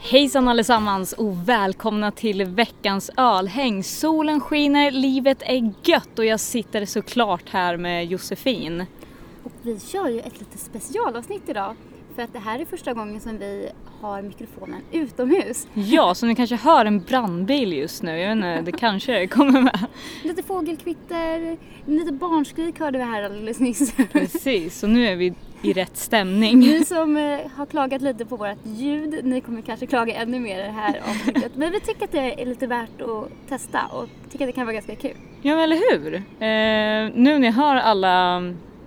Hejsan allesammans och välkomna till veckans ölhäng. Solen skiner, livet är gött och jag sitter såklart här med Josefin. Och vi kör ju ett lite specialavsnitt idag för att det här är första gången som vi har mikrofonen utomhus. Ja, så ni kanske hör en brandbil just nu, jag vet inte, det kanske kommer med. Lite fågelkvitter, lite barnskrik hörde vi här alldeles nyss. Precis, och nu är vi i rätt stämning. Ni som har klagat lite på vårt ljud, ni kommer kanske klaga ännu mer i det här avsnittet. Men vi tycker att det är lite värt att testa och tycker att det kan vara ganska kul. Ja, eller hur? Nu när jag hör alla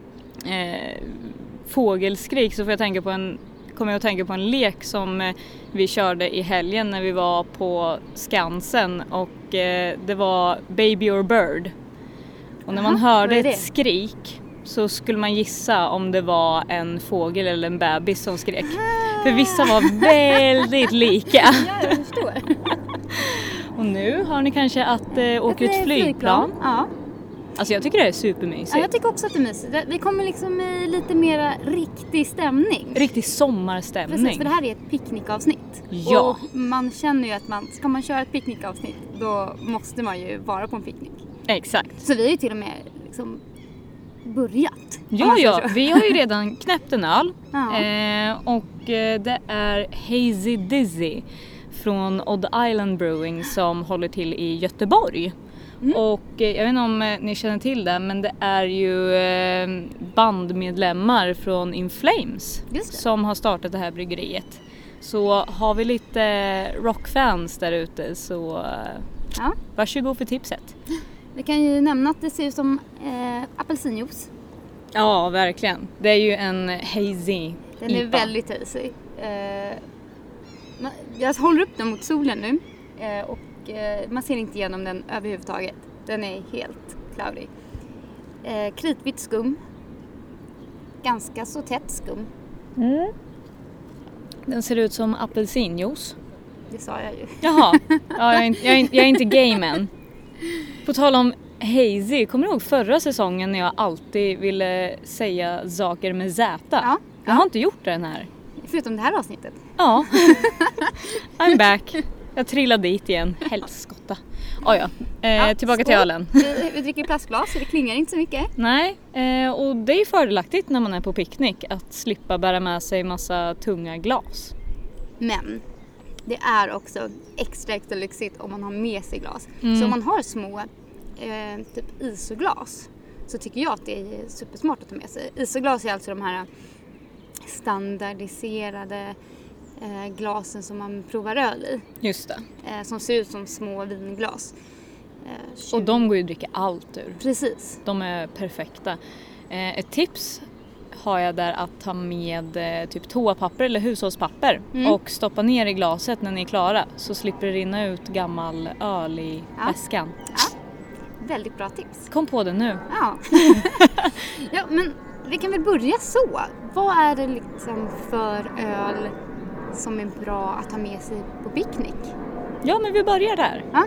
fågelskrik så får jag kommer jag att tänka på en lek som vi körde i helgen när vi var på Skansen och det var Baby or Bird. Och när man hörde ett skrik så skulle man gissa om det var en fågel eller en bebis som skrek. För vissa var väldigt lika. Ja, jag förstår. Och nu har ni kanske att åka ett flygplan. Ja. Alltså jag tycker det är supermysigt. Ja, jag tycker också att det är mysigt. Vi kommer liksom i lite mer riktig stämning. Riktig sommarstämning. Precis, för det här är ett picknickavsnitt. Ja. Och man känner ju att ska man köra ett picknickavsnitt då måste man ju vara på en picknick. Exakt. Så vi har ju till och med liksom börjat. Ja, vi har ju redan knäppt en öl. Ja. Och det är Hazy Dizzy från Odd Island Brewing som håller till i Göteborg. Och jag vet inte om ni känner till det, men det är ju bandmedlemmar från In Flames som har startat det här bryggeriet. Så har vi lite rockfans där ute så varsågod för tipset. Vi kan ju nämna att det ser ut som apelsinjuice. Ja, verkligen. Det är ju en hazy. Den är väldigt hazy. Jag håller upp den mot solen nu och man ser inte igenom den överhuvudtaget. Den är helt cloudy. Kritvitt skum. Ganska så tätt skum. Den ser ut som apelsinjuice. Det sa jag ju. Jaha, ja, jag är inte gay än. På tal om hazy, kommer du ihåg förra säsongen när jag alltid ville säga saker med Z? Ja. Jag har inte gjort det den här. Förutom det här avsnittet. Ja, I'm back. Jag trillade dit igen, helskotta. Tillbaka till ölen. Vi dricker plastglas så det klingar inte så mycket. Nej, och det är fördelaktigt när man är på picknick att slippa bära med sig massa tunga glas. Men det är också extra lyxigt om man har med sig glas. Så om man har små typ isoglas så tycker jag att det är supersmart att ta med sig. Isoglas är alltså de här standardiserade glasen som man provar öl i. Just det. Som ser ut som små vinglas. Och de går ju att dricka allt ur. Precis. De är perfekta. Ett tips har jag där att ta med typ toapapper eller hushållspapper och stoppa ner i glaset när ni är klara så slipper det rinna ut gammal öl i väskan. Ja. Väldigt bra tips. Kom på det nu. Ja. Ja, men vi kan väl börja så. Vad är det liksom för öl som är bra att ta med sig på picknick? Ja, men vi börjar där. Ja.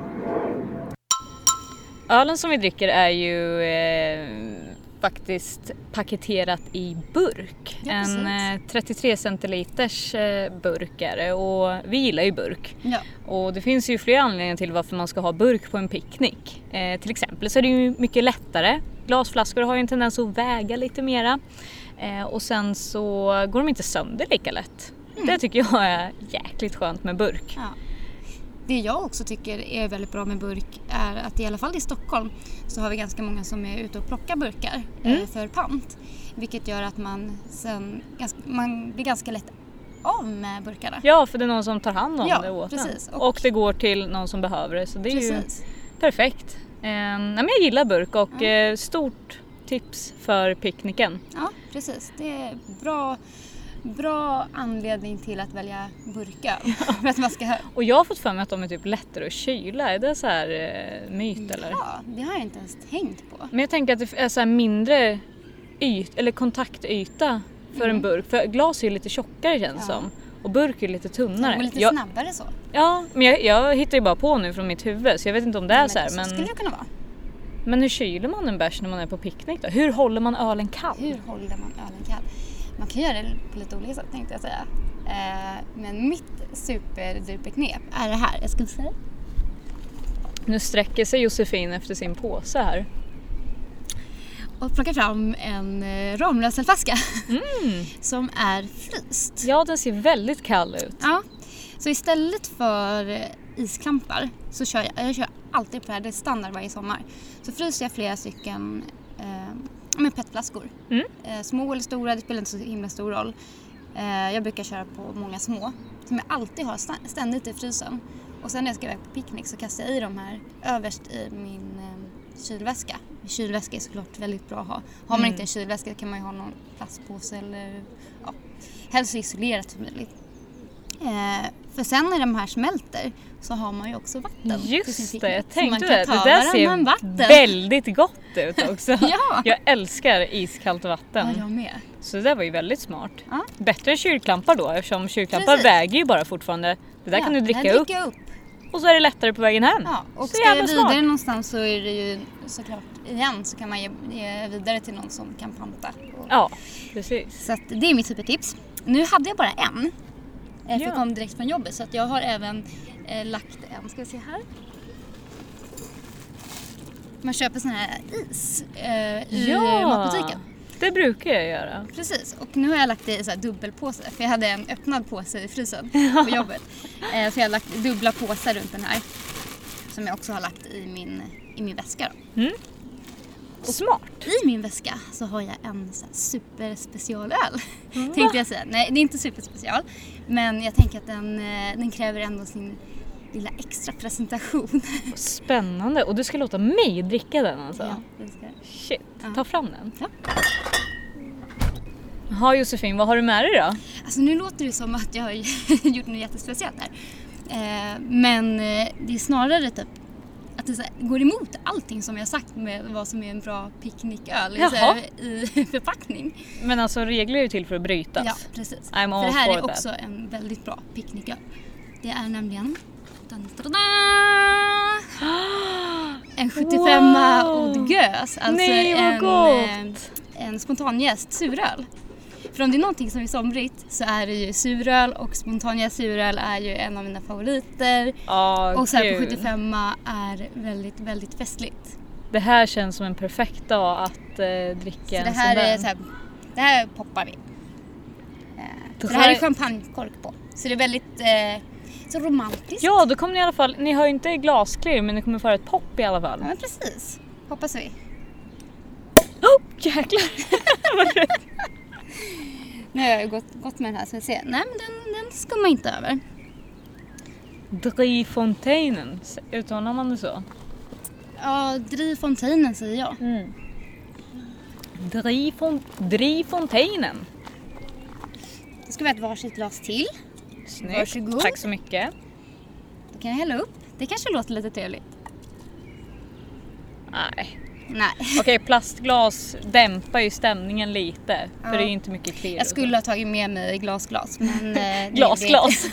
Ölen som vi dricker är ju faktiskt paketerat i burk. Ja, en 33 centiliters burkare och vi gillar ju burk. Ja. Och det finns ju flera anledningar till varför man ska ha burk på en picknick. Till exempel så är det ju mycket lättare. Glasflaskor har ju en tendens att väga lite mera. Och sen så går de inte sönder lika lätt. Det tycker jag är jäkligt skönt med burk. Ja. Det jag också tycker är väldigt bra med burk är att i alla fall i Stockholm så har vi ganska många som är ute och plockar burkar för pant. Vilket gör att man blir ganska lätt av med burkarna. Ja, för det är någon som tar hand om det åt precis. Och det går till någon som behöver det, så det är ju perfekt. Men jag gillar burk och stort tips för picknicken. Ja, precis. Det är bra anledning till att välja burkar. För att man ska... Och jag har fått för mig att de är typ lättare att kyla. Är det så här myt eller? Ja, det har jag inte ens tänkt på. Men jag tänker att det är så här mindre kontaktyta för en burk. För glas är ju lite tjockare känns som. Och burk är lite tunnare. Och lite snabbare så. Ja, men jag hittar ju bara på nu från mitt huvud. Så jag vet inte om det är så här. Men skulle det kunna vara. Men hur kyler man en bärs när man är på picknick då? Hur håller man ölen kall? Man kan göra det på lite olika sätt tänkte jag säga. Men mitt superduperknep är det här. Jag ska säga. Nu sträcker sig Josefin efter sin påse här. Och plocka fram en Ramlöselflaska som är fryst. Ja, den ser väldigt kall ut. Ja, så istället för isklampar så kör jag kör alltid på det här, det är standard varje sommar. Så fryser jag flera stycken med petflaskor. Små eller stora, det spelar inte så himla stor roll. Jag brukar köra på många små som jag alltid har ständigt i frysen. Och sen när jag ska iväg på picknick så kastar jag i de här överst i min kylväska. Kylväska är såklart väldigt bra att ha. Har man inte en kylväska kan man ju ha någon plastpåse eller helst isolerat som möjligt. För sen när de här smälter så har man ju också vatten. Just det, jag tänkte det där ser väldigt gott ut också. Ja. Jag älskar iskallt vatten. Ja, jag med. Så det där var ju väldigt smart. Ja. Bättre än kylklampar då, eftersom kylklampar väger ju bara fortfarande. Det där kan du dricka upp. Och så är det lättare på vägen hem. Ja, och så ska jag vidare någonstans så är det ju såklart igen så kan man ge vidare till någon som kan panta. Ja, precis. Så att det är mitt supertips. Nu hade jag bara en. För jag kom direkt från jobbet så att jag har även lagt en, ska vi se här. Man köper sån här is i matbutiken. Det brukar jag göra. Precis, och nu har jag lagt det i så här dubbelpåse. För jag hade en öppnad påse i frysen på jobbet. Så jag har lagt dubbla påsar runt den här. Som jag också har lagt i min väska då. Smart. I min väska så har jag en så här superspecialöl. Tänkte jag säga. Nej, det är inte superspecial. Men jag tänker att den kräver ändå sin lilla extra presentation. Spännande. Och du ska låta mig dricka den alltså? Ja, det ska jag. Shit, ta fram den. Ja. Ja, Josefin, vad har du med dig då? Alltså nu låter det som att jag har gjort något jättespeciellt här. Men det är snarare typ att det går emot allting som jag sagt med vad som är en bra picknicköl i förpackning. Men alltså regler är ju till för att brytas. Ja, precis. I'm all för det här for är that. också en väldigt bra picknicköl. Det är nämligen en 75 Odgös. Alltså en spontanjäst suröl. För om det är någonting som är somrigt så är det ju suröl och spontanjäst suröl är ju en av mina favoriter. Och så här på 75 är väldigt, väldigt festligt. Det här känns som en perfekt dag att dricka så en det här sån är så här, det här poppar vi. Så det här är champagnekork på. Så det är väldigt så romantiskt. Ja, då kommer ni i alla fall, ni har ju inte glasklirr men ni kommer få ett pop i alla fall. Ja, men precis. Hoppas vi. Jäklar. Nu har jag gått med den här så jag ser. Nej, men den skummar inte över. Drivfontänen, uttalar man det så? Ja, Drivfontänen säger jag. Drivfontänen. Då ska vi ha ett varsitt glas till. Snyggt. Varsågod. Tack så mycket. Då kan jag hälla upp. Det kanske låter lite trevligt. Nej. Nej. Okej, plastglas dämpar ju stämningen lite. För det är ju inte mycket klirr. Jag skulle ha tagit med mig glasglas. Men glasglas.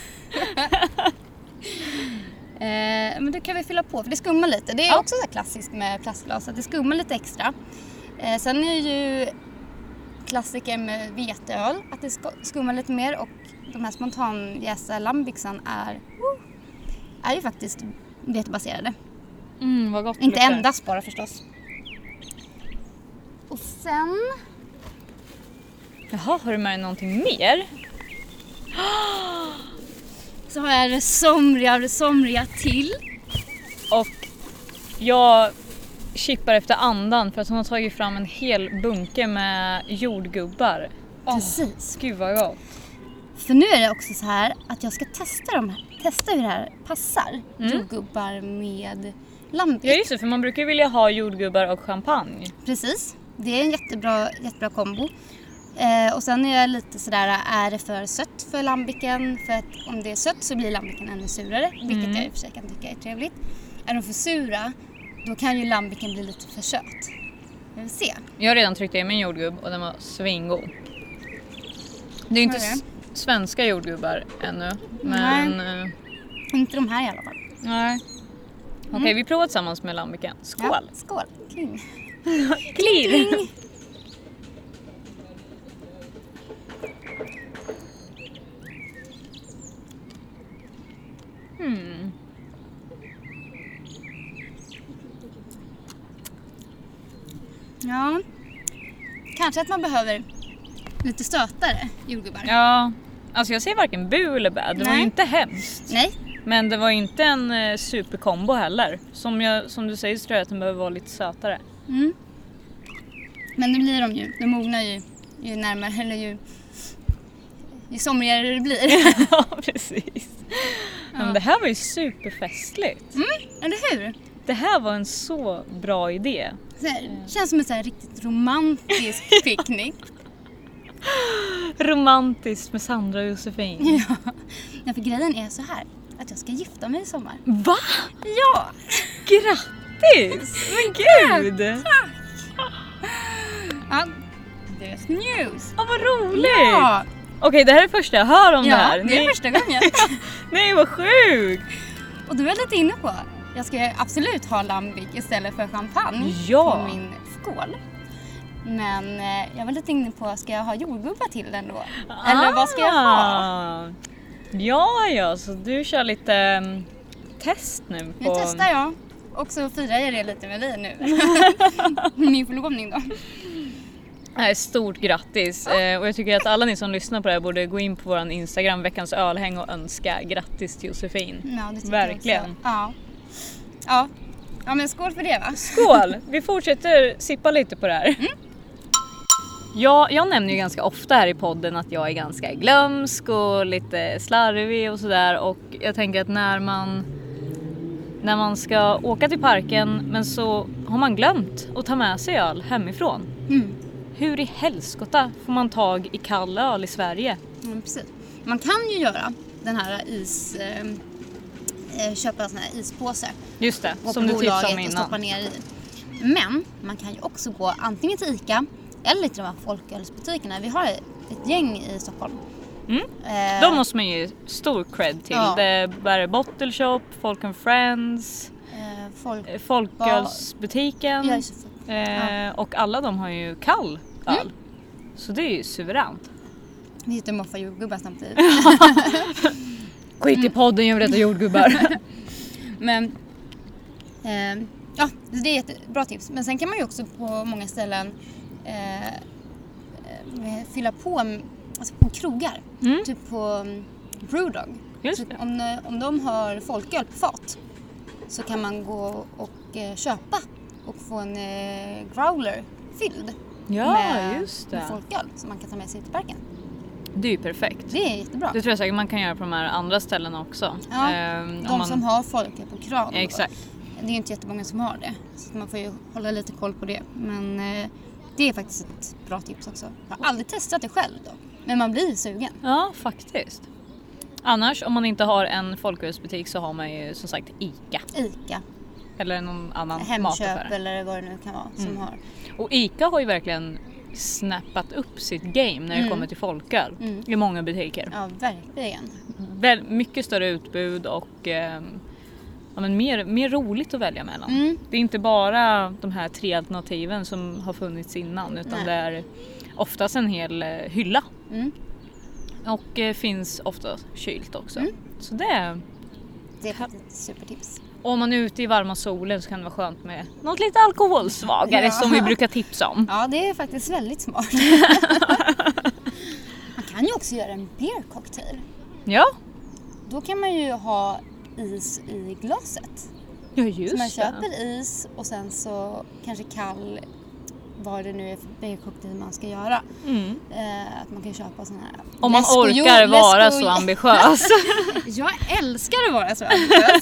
Men då kan vi fylla på. För det skummar lite. Det är också så här klassiskt med plastglas. Att det skummar lite extra. Sen är ju klassiker med veteöl. Att det skummar lite mer. Och de här spontanjästa lambicsen är ju faktiskt vetebaserade. Vad gott. Inte endast bara förstås. Och sen... Jaha, har du med dig någonting mer? Så har jag det somriga till. Och jag kippar efter andan för att hon har tagit fram en hel bunke med jordgubbar. Precis. Gud vad gott. För nu är det också så här att jag ska testa hur det här passar. Jordgubbar med lambic. Ja just det, för man brukar ju vilja ha jordgubbar och champagne. Precis. Det är en jättebra kombo. Och sen är jag lite sådär, är det för sött för lambicen? För att om det är sött så blir lambicen ännu surare. Vilket jag i och för sig kan tycka är trevligt. Är de för sura, då kan ju lambicen bli lite för söt. Jag vill se. Jag har redan tryckt i min jordgubb och den var svingod. Det är ju inte svenska jordgubbar ännu. Men... Inte de här i alla fall. Nej. Okej, vi provar tillsammans med lambicen. Skål! Ja, skål! Kling! Kling! Ja, kanske att man behöver lite sötare jordgubbar. Ja, alltså jag ser varken bu eller bä. Det var ju inte hemskt. Nej. Men det var inte en superkombo heller. Som du säger så tror jag att den behöver vara lite sötare. Men det blir de ju. De mognar ju närmare eller ju somrigare det blir. Ja, precis. Men det här var ju superfestligt. Eller hur? Det här var en så bra idé. Känns som en så här riktigt romantisk picknick. Romantiskt med Sandra och Josefin. Ja, för grejen är så här. Att jag ska gifta mig i sommar. Va? Ja! Grattis! Men gud! Ja, there's news. Ja, vad roligt! Ja! Okej, det här är första jag hör om det här. Ja, det är första gången. Nej, vad sjukt! Och du är lite inne på, jag ska absolut ha lambic istället för champagne på min skål. Men jag var lite inne på, ska jag ha jordgubbar till den då? Eller vad ska jag ha? Ja, så du kör lite test nu på... Nu testar jag. Och så firar jag det lite med dig nu. Min förlovning då. Stort grattis. Och jag tycker att alla ni som lyssnar på det här borde gå in på vår Instagram, veckans ölhäng, och önska grattis till Josefin. Ja, det tycker verkligen. jag också. Ja, men skål för det, va? Skål! Vi fortsätter sippa lite på det här. Ja, jag nämner ju ganska ofta här i podden att jag är ganska glömsk och lite slarvig och sådär. Och jag tänker att när man ska åka till parken men så har man glömt att ta med sig öl hemifrån. Hur i helskotta får man tag i kall öl i Sverige? Precis. Man kan ju göra den här köpa en sån här ispåse. Just det, som du tipsade om innan. Och stoppa ner i. Men man kan ju också gå antingen till ICA eller till de här folkölsbutikerna. Vi har ett gäng i Stockholm. De måste man ge stor cred till. Ja. Det är Bottle Shop, Folk and Friends, Folkölsbutiken. Och alla de har ju kall öl. Så det är ju suveränt. Vi sitter och moffar jordgubbar samtidigt. Skit i podden, jag vill äta jordgubbar. Men det är ett bra tips. Men sen kan man ju också på många ställen fylla på, alltså på krogar. Typ på Brewdog. Just det. Om de har folköl på fat så kan man gå och köpa och få en growler fylld med folköl som man kan ta med sig till parken. Det är ju perfekt. Det är jättebra. Det tror jag säkert man kan göra på de här andra ställena också. Ja, som har folköl på kran. Exakt. Det är ju inte jättemånga som har det. Så man får ju hålla lite koll på det. Men det är faktiskt ett bra tips också. Jag har aldrig testat det själv då. Men man blir sugen. Ja, faktiskt. Annars, om man inte har en folkölsbutik så har man ju som sagt ICA. Eller någon annan mataffär. Hemköp eller vad det nu kan vara som har. Och ICA har ju verkligen snappat upp sitt game när det kommer till folköl i många butiker. Ja, verkligen. Mycket större utbud och men mer roligt att välja mellan. Det är inte bara de här 3 alternativen som har funnits innan utan det är oftast en hel hylla. Och finns ofta kylt också. Så det är ett supertips. Och om man är ute i varma solen så kan det vara skönt med något lite alkoholsvagare som vi brukar tipsa om. Ja, det är faktiskt väldigt smart. Man kan ju också göra en beer cocktail. Ja. Då kan man ju ha is i glaset. Ja, just så man det. köper is och sen så kanske kall, vad det nu är för beer cocktail man ska göra. Att man kan köpa sån här. Om man orkar vara så ambitiös. Jag älskar att vara så ambitiös.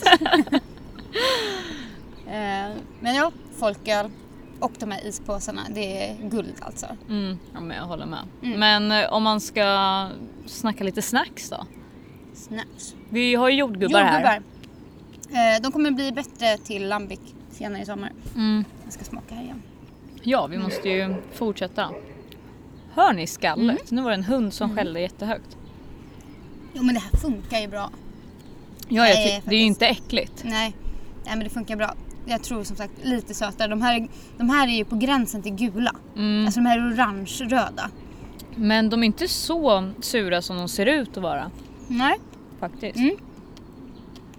Men ja, folköl och de här ispåsarna, det är guld alltså. Ja, men jag håller med. Men om man ska snacka lite snacks då? Snacks. Vi har ju jordgubbar här. De kommer bli bättre till lambic senare i sommar. Jag ska smaka här igen. Ja, vi måste ju fortsätta. Hör ni skallet? Nu var det en hund som skällde jättehögt. Jo, men det här funkar ju bra. Ja, det är ju inte äckligt. Nej, men det funkar bra. Jag tror som sagt lite sötare. De här är ju på gränsen till gula. Alltså de här är orange-röda. Men de är inte så sura som de ser ut att vara. Nej. Faktiskt.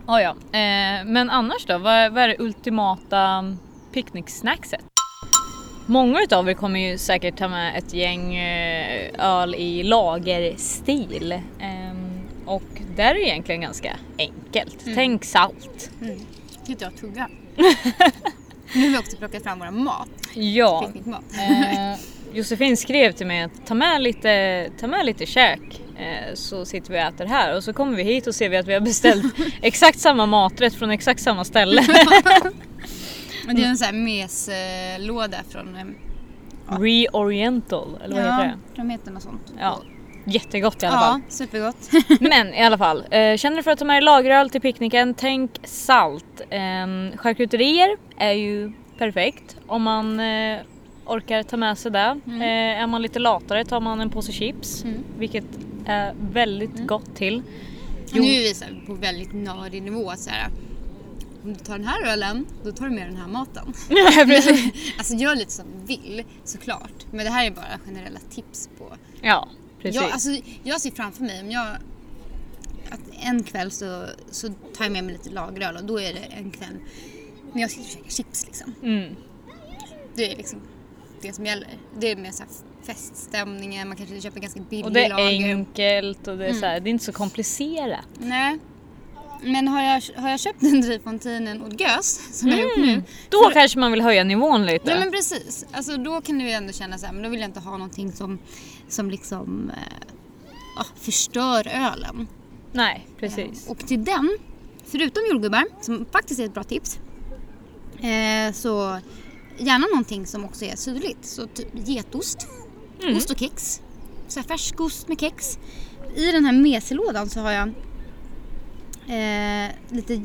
Ja. Men annars då, vad är det ultimata picknicksnackset? Många utav er kommer ju säkert ta med ett gäng öl i lagerstil. Och där är det egentligen ganska enkelt. Tänk salt. Titta jag tuggar. Nu har vi också plockat fram våra mat. Ja. Picknickmat. Josefin skrev till mig att ta med lite käk, så sitter vi och äter här. Och så kommer vi hit och ser vi att vi har beställt exakt samma maträtt från exakt samma ställe. Och det är en sån här meslåda från... Reoriental, eller vad heter det? De heter något sånt. Ja, jättegott i alla fall. Ja, supergott. Men i alla fall, känner du för att ta med dig lageröl till picknicken, tänk salt. Charkuterier är ju perfekt om man orkar ta med sig det. Är man lite latare tar man en påse chips, vilket är väldigt gott till. Nu är vi så här på väldigt nördig nivå så här. Om du tar den här ölen, då tar du med den här maten. Alltså gör lite som du vill, såklart. Men det här är bara generella tips på... Ja, precis. Jag ser framför mig, att en kväll så tar jag med mig lite lageröl och då är det en kväll när jag ska käka chips liksom. Det är liksom det som gäller. Det är med så här feststämningen, man kanske köper ganska billig lager. Och det är enkelt och det är så här, det är inte så komplicerat. Nej. Men har jag köpt en Drivfontinen och gös som jag har gjort nu. Då kanske man vill höja nivån lite. Ja men precis. Alltså då kan du ju ändå känna så här, men då vill jag inte ha någonting som liksom förstör ölen. Nej, precis. Och till den, förutom jordgubbar, som faktiskt är ett bra tips, så gärna någonting som också är syrligt. Så typ getost, ost och kex. Så här färskost med kex. I den här meselådan så har jag lite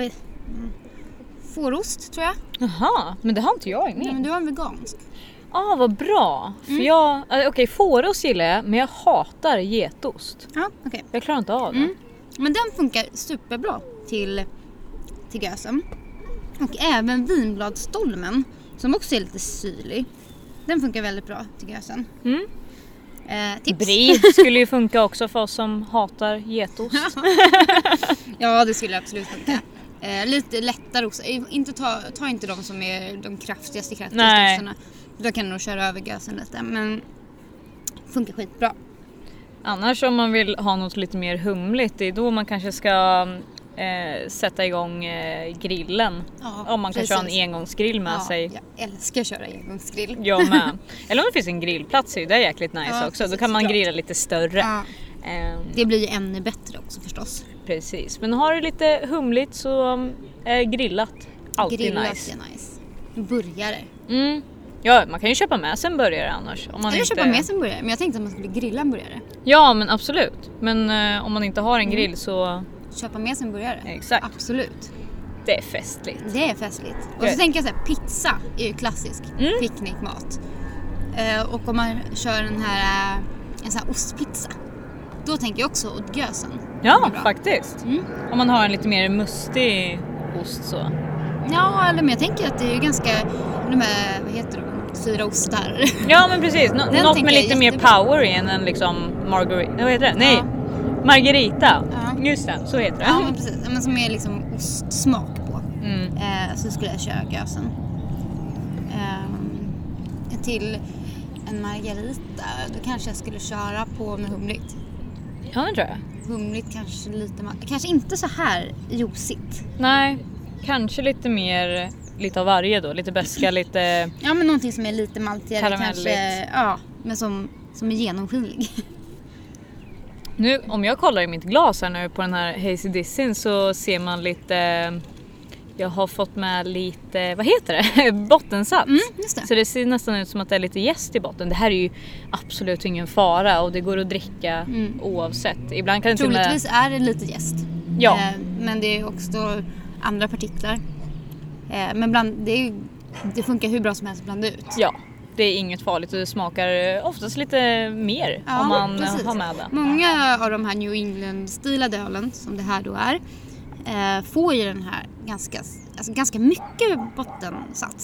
fårost tror jag. Jaha, men det har inte jag med. Nej, men du har en vegansk. Vad bra. För okej, fårost gillar jag, men jag hatar getost. Ja, okej. Jag klarar inte av det. Men den funkar superbra till gösen. Och även vinbladstolmen, som också är lite syrlig. Den funkar väldigt bra till gösen. Tips. Brie skulle ju funka också för oss som hatar getost. Ja, det skulle absolut funka. Lite lättare också. Ta inte de som är de kraftigaste ostarna. Då kan du nog köra över gösen lite. Men funkar skitbra. Annars om man vill ha något lite mer humligt, det är då man kanske ska sätta igång grillen. Ja, om man kanske har en engångsgrill med sig. Jag älskar att köra engångsgrill. Jag med. Eller om det finns en grillplats så är det jäkligt nice också. Precis, då kan man grilla lite större. Ja. Det blir ju ännu bättre också förstås. Precis, men har du lite humligt så är grillat alltid grillat nice. Är nice. Burgare. Ja, man kan ju köpa med sig en burgare annars. Om man inte... köpa med sig en burgare, men jag tänkte att man skulle grilla en burgare. Ja, men absolut. Men om man inte har en grill så... Köpa med sig en burgare. Exakt. Absolut. Det är festligt. Det är festligt. Och så tänker jag så här, pizza är ju klassisk picknickmat. Och om man kör en sån här ostpizza, då tänker jag också åt gösen. Ja, faktiskt. Om man har en lite mer mustig ost så. Ja, eller men jag tänker att det är ju ganska, de här, vad heter de, 4 ostar. Ja, men precis. Något med lite mer power i än liksom margarita. Vad heter det? Nej, margarita. Ja. Just det, så heter det. Ja, men precis. Men som är liksom ostsmak på. Så skulle jag köra gösen. Till en margarita, då kanske jag skulle köra på med humligt. Ja, det tror jag. Humligt kanske lite, kanske inte så här juicigt. Nej, kanske lite mer, lite av varje då, lite beska, lite... Ja, men någonting som är lite maltigare kanske, ja, men som är genomskinlig. Nu, om jag kollar i mitt glas här nu på den här Hazy Dissin så ser man lite... Jag har fått med lite, vad heter det? Bottensats. Just det. Så det ser nästan ut som att det är lite jäst i botten. Det här är ju absolut ingen fara och det går att dricka oavsett. Ibland kan det troligtvis är det lite jäst. Ja. Men det är också andra partiklar. Men det funkar hur bra som helst att blanda ut. Ja, det är inget farligt och det smakar oftast lite mer om man har med det. Många av de här New England-stilade ölen som det här då är får ju den här ganska mycket bottensats.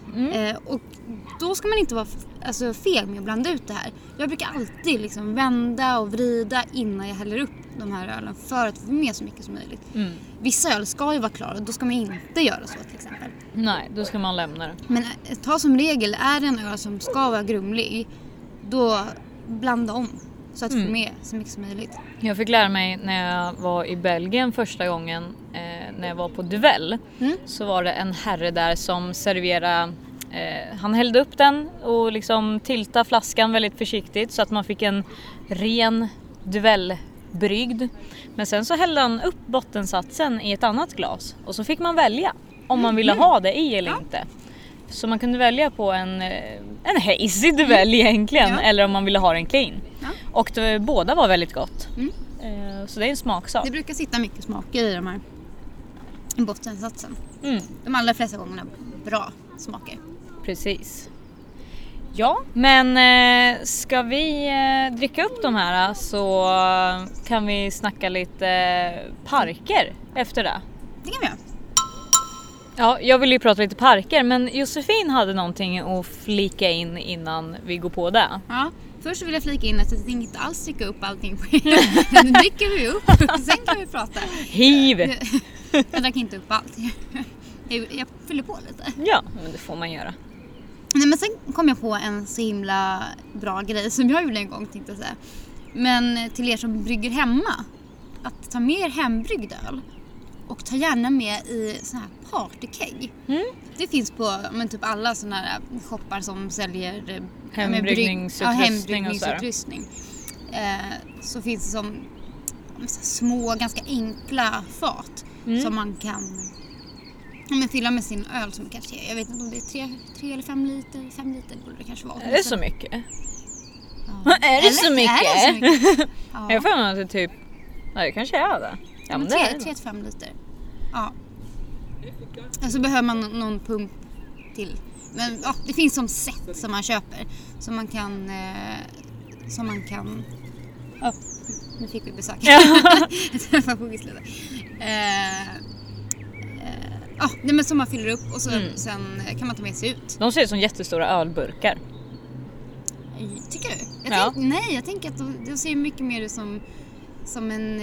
Och då ska man inte vara feg med att blanda ut det här. Jag brukar alltid liksom vända och vrida innan jag häller upp de här ölen för att få med så mycket som möjligt. Vissa öl ska ju vara klara, då ska man inte göra så till exempel. Nej, då ska man lämna det. Men ta som regel, är det en öl som ska vara grumlig, då blanda om så att få med så mycket som möjligt. Jag fick lära mig när jag var i Belgien första gången, när jag var på Duvel, så var det en herre där som serverade, han hällde upp den och liksom tiltade flaskan väldigt försiktigt så att man fick en ren Duvel-brygd. Men sen så hällde han upp bottensatsen i ett annat glas och så fick man välja om man ville ha det i eller inte. Så man kunde välja på en hazy Duvel egentligen, eller om man ville ha den clean. Och båda var väldigt gott. Så det är en smaksak. Det brukar sitta mycket smaker i de här bottensatsen. De allra flesta gångerna bra smaker. Precis. Ja, men ska vi dricka upp de här så kan vi snacka lite parker efter det. Det kan vi göra. Ja, jag vill ju prata lite parker, men Josefin hade någonting att flika in innan vi går på det. Ja, först vill jag flika in att jag inte alls dricka upp allting på er. Nu dricker vi upp, sen kan vi prata. Hiv! Jag drack inte upp allt. Jag fyller på lite. Ja, men det får man göra. Nej, men sen kom jag på en så himla bra grej som jag gjorde en gång, tänkte jag säga. Men till er som brygger hemma, att ta med er hembryggd öl och ta gärna med i såna här partykegg. Det finns på typ alla såna här shoppar som säljer hembryggningsutrustning. Så finns det som små, ganska enkla fat som man kan fylla med sin öl som kanske är, jag vet inte om det är 3 eller 5 liter. 5 liter borde det kanske vara. Är det så mycket? Ja. Är det så mycket? Ja. Jag får nog typ, nej det kanske är det. Ja, men 3-5 liter. Ja. Och så behöver man någon pump till. Men ja, det finns som set som man köper. Som man kan nu fick vi besök. Ja, men som man fyller upp och så, sen kan man ta med sig ut. De ser ut som jättestora ölburkar. Tycker du? Jag tänker att de ser mycket mer ut som en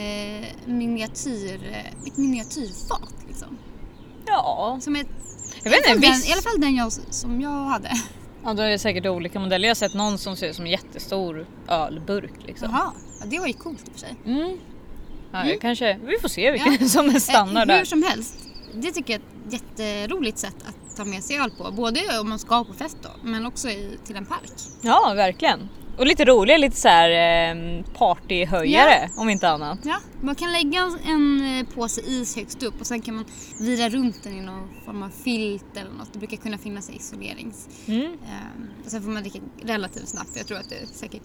ett miniatyrfat liksom. Ja. Som ett, jag vet inte, i alla fall den som jag hade. Ja, då är det säkert olika modeller. Jag har sett någon som ser ut som en jättestor ölburk liksom. Jaha, ja, det var ju coolt i och för sig. Ja, kanske, vi får se vilken som är standard där. Hur som helst, det tycker jag är ett jätteroligt sätt att ta med sig öl på. Både om man ska på fest då, men också till en park. Ja, verkligen. Och lite roligt, lite så här partyhöjare om inte annat. Ja, man kan lägga en påse is högst upp och sen kan man vira runt den i någon form av filt eller något. Det brukar kunna finnas isolerings. Och sen får man dricka relativt snabbt. Jag tror att det säkert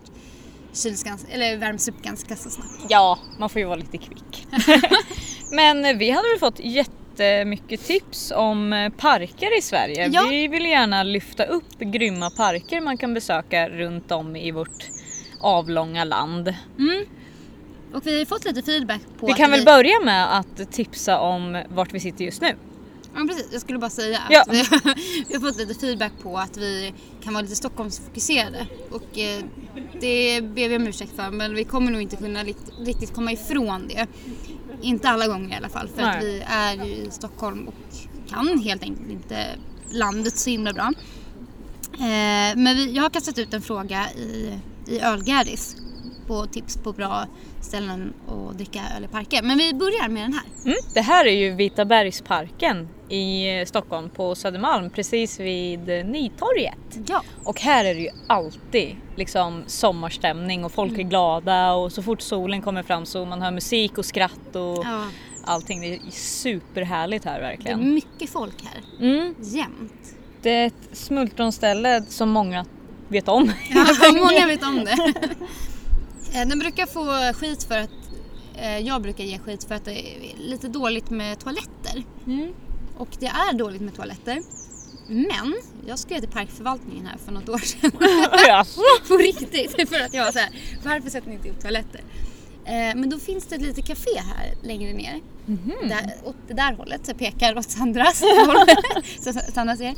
värms upp ganska så snabbt. Ja, man får ju vara lite kvick. Men vi hade väl fått jättemycket tips om parker i Sverige. Ja. Vi vill gärna lyfta upp grymma parker man kan besöka runt om i vårt avlånga land. Och vi har fått lite feedback på. Vi kan väl börja med att tipsa om vart vi sitter just nu. Ja, precis. Jag skulle bara säga att vi har fått lite feedback på att vi kan vara lite Stockholmsfokuserade. Och det ber vi om ursäkt för, men vi kommer nog inte kunna riktigt komma ifrån det. Inte alla gånger i alla fall, för att vi är ju i Stockholm och kan helt enkelt inte landet så himla bra. Men jag har kastat ut en fråga i Ölgärdis på tips på bra ställen att dricka öl i parker. Men vi börjar med den här. Det här är ju Vitabergsparken i Stockholm på Södermalm, precis vid Nytorget. Ja. Och här är det ju alltid liksom sommarstämning och folk är glada och så fort solen kommer fram så man hör musik och skratt och allting. Det är superhärligt här verkligen. Det är mycket folk här. Jämt. Det är ett smultronställe som många vet om. Ja, många vet om det. Den brukar få skit för att jag brukar ge skit för att det är lite dåligt med toaletter. Och det är dåligt med toaletter. Men jag skrev till parkförvaltningen här för något år sedan. På riktigt. För att jag var så här, varför sätter ni inte upp toaletter? Men då finns det ett litet café här längre ner. Åt det där hållet. Så jag pekar åt Sandras håll. Så Sandra ser.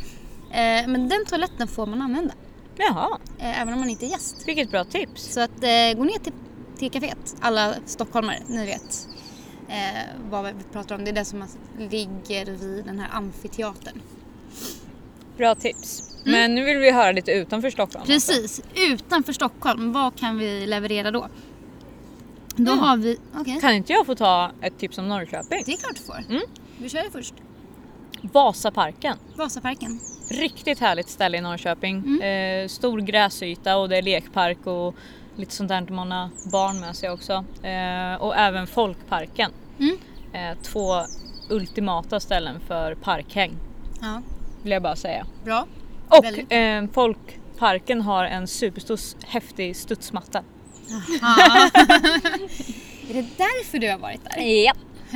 Men den toaletten får man använda. Jaha. Även om man inte är gäst. Vilket bra tips. Så att gå ner till kaféet. Alla stockholmare, ni vet vad vi pratar om. Det är det som ligger vid den här amfiteatern. Bra tips. Men nu vill vi höra lite utanför Stockholm. Precis, utanför Stockholm. Vad kan vi leverera då? Då har vi... Okay. Kan inte jag få ta ett tips om Norrköping? Det är klart du får. Vi kör det först. Vasaparken. Vasaparken. Riktigt härligt ställe i Norrköping. Stor gräsyta och det är lekpark och lite sånt där man har barn med sig också. Och även Folkparken. 2 ultimata ställen för parkhäng. Ja. Vill jag bara säga. Bra. Och Folkparken har en superstor häftig studsmatta. Är det därför du har varit där? Ja.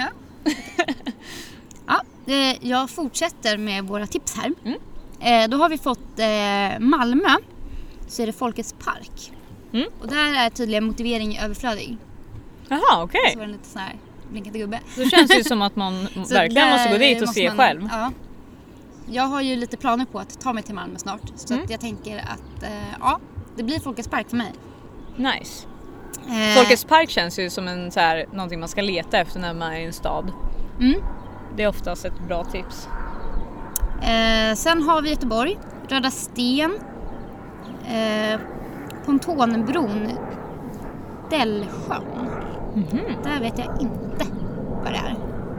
Ja, jag fortsätter med våra tips här. Då har vi fått Malmö, så är det Folkets park. Och där är tydligen motivering överflödig. Jaha, okej. Så var det lite sån här blinkande gubbe. Då känns det som att man verkligen måste gå dit och se själv. Ja. Jag har ju lite planer på att ta mig till Malmö snart. Så att jag tänker att det blir Folkets park för mig. Nice. Folkets park känns ju som en, så här, någonting man ska leta efter när man är i en stad. Det är oftast ett bra tips. Sen har vi Göteborg, Röda Sten, Pontonbron, Dällsjön. Där vet jag inte vad det är.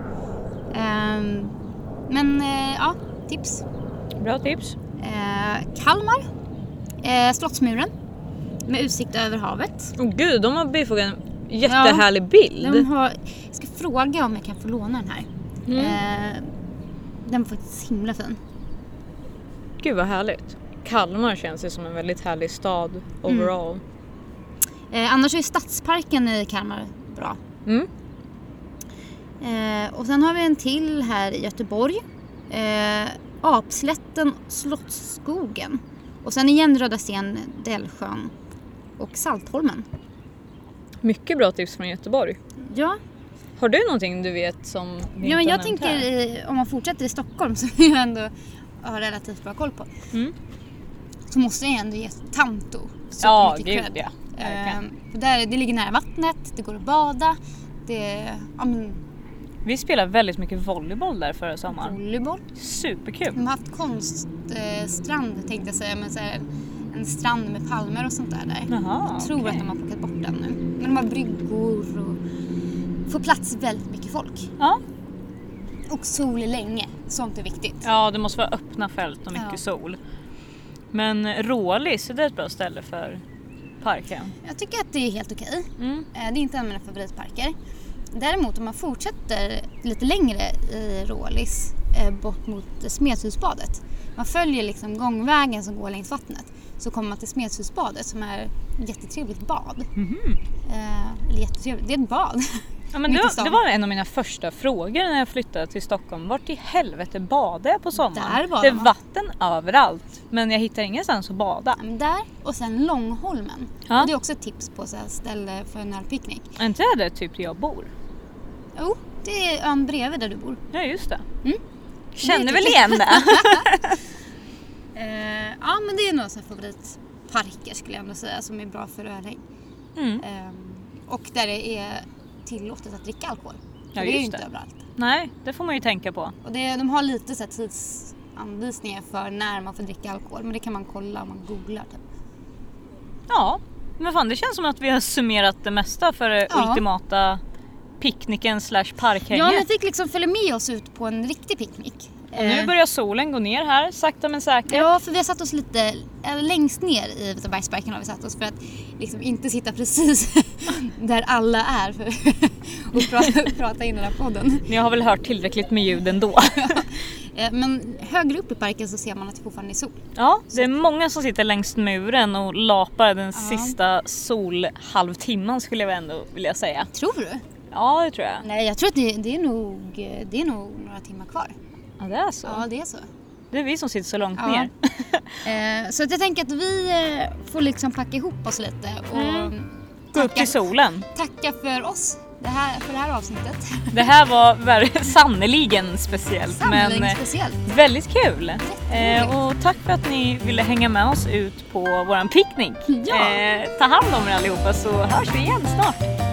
Men tips. Bra tips. Kalmar, Slottsmuren med utsikt över havet. Gud, de har bifogat en jättehärlig bild. Jag ska fråga om jag kan få låna den här. Den var faktiskt himla fin. Gud vad härligt. Kalmar känns ju som en väldigt härlig stad overall. Annars är ju Stadsparken i Kalmar bra. Och sen har vi en till här i Göteborg. Apslätten, Slottsskogen. Och sen igen Röda Sten, Dällsjön och Saltholmen. Mycket bra tips från Göteborg. Ja. Har du någonting du vet som vi inte men jag har tänker här? Om man fortsätter i Stockholm så vill jag ändå ha relativt bra koll på. Så måste jag ändå ge Tanto. Ja, gud ja. Det ligger nära vattnet, det går att bada. Vi spelar väldigt mycket volleyboll där förra sommaren. Volleyboll. Superkul. De har haft konststrand tänkte jag säga, men så här, en strand med palmer och sånt där. Jaha, jag tror att de har plockat bort den nu. Men de har bryggor och får plats väldigt mycket folk. Ja. Och sol länge, sånt är viktigt. Ja, det måste vara öppna fält och mycket sol. Men Rålis, är det ett bra ställe för parken? Jag tycker att det är helt okej. Det är inte en av mina favoritparker. Däremot om man fortsätter lite längre i Rålis bort mot Smedshusbadet. Man följer liksom gångvägen som går längs vattnet. Så kommer man till Smedshusbadet som är ett jättetrevligt bad. Jättetrevligt. Det är ett bad. Ja, men det var en av mina första frågor när jag flyttade till Stockholm. Vart i helvete badar jag på sommaren? Det är vatten överallt. Men jag hittar ingenstans att bada. Där och sen Långholmen. Ja. Och det är också ett tips på så här ställe för en picknick. Är inte det typ där jag bor? Jo, det är ön bredvid där du bor. Ja, just det. Känner väl igen det. Ja, men det är nog så här favoritparker skulle jag ändå säga som är bra för ölhäng. Och där det är tillåtet att dricka alkohol. Ja, det är ju inte överallt. Nej, det får man ju tänka på. Och de har lite så här tidsanvisningar för när man får dricka alkohol. Men det kan man kolla om man googlar typ. Ja, men fan det känns som att vi har summerat det mesta för det ultimata picknicken / parkhänget. Ja, vi fick liksom följa med oss ut på en riktig picknick. Nu börjar solen gå ner här, sakta men säkert. Ja, för vi har satt oss lite längst ner i Vitabergsparken har vi satt oss för att liksom inte sitta precis där alla är för att prata in den här podden. Ni har väl hört tillräckligt med ljud ändå. Men högre upp i parken så ser man att det fortfarande är sol. Ja, det är många som sitter längs muren och lapar den sista solhalvtimman skulle jag ändå vilja säga. Tror du? Ja, det tror jag. Nej, jag tror att det är nog några timmar kvar. Ja, det är så. Ja, det är så. Det är vi som sitter så långt ner. Så att jag tänker att vi får liksom packa ihop oss lite och gå upp till solen. Tacka för oss för det här avsnittet. Det här var sannoliken speciellt. Speciellt. Väldigt kul. Och tack för att ni ville hänga med oss ut på våran picknick. Ja. Ta hand om er allihopa så hörs vi igen snart.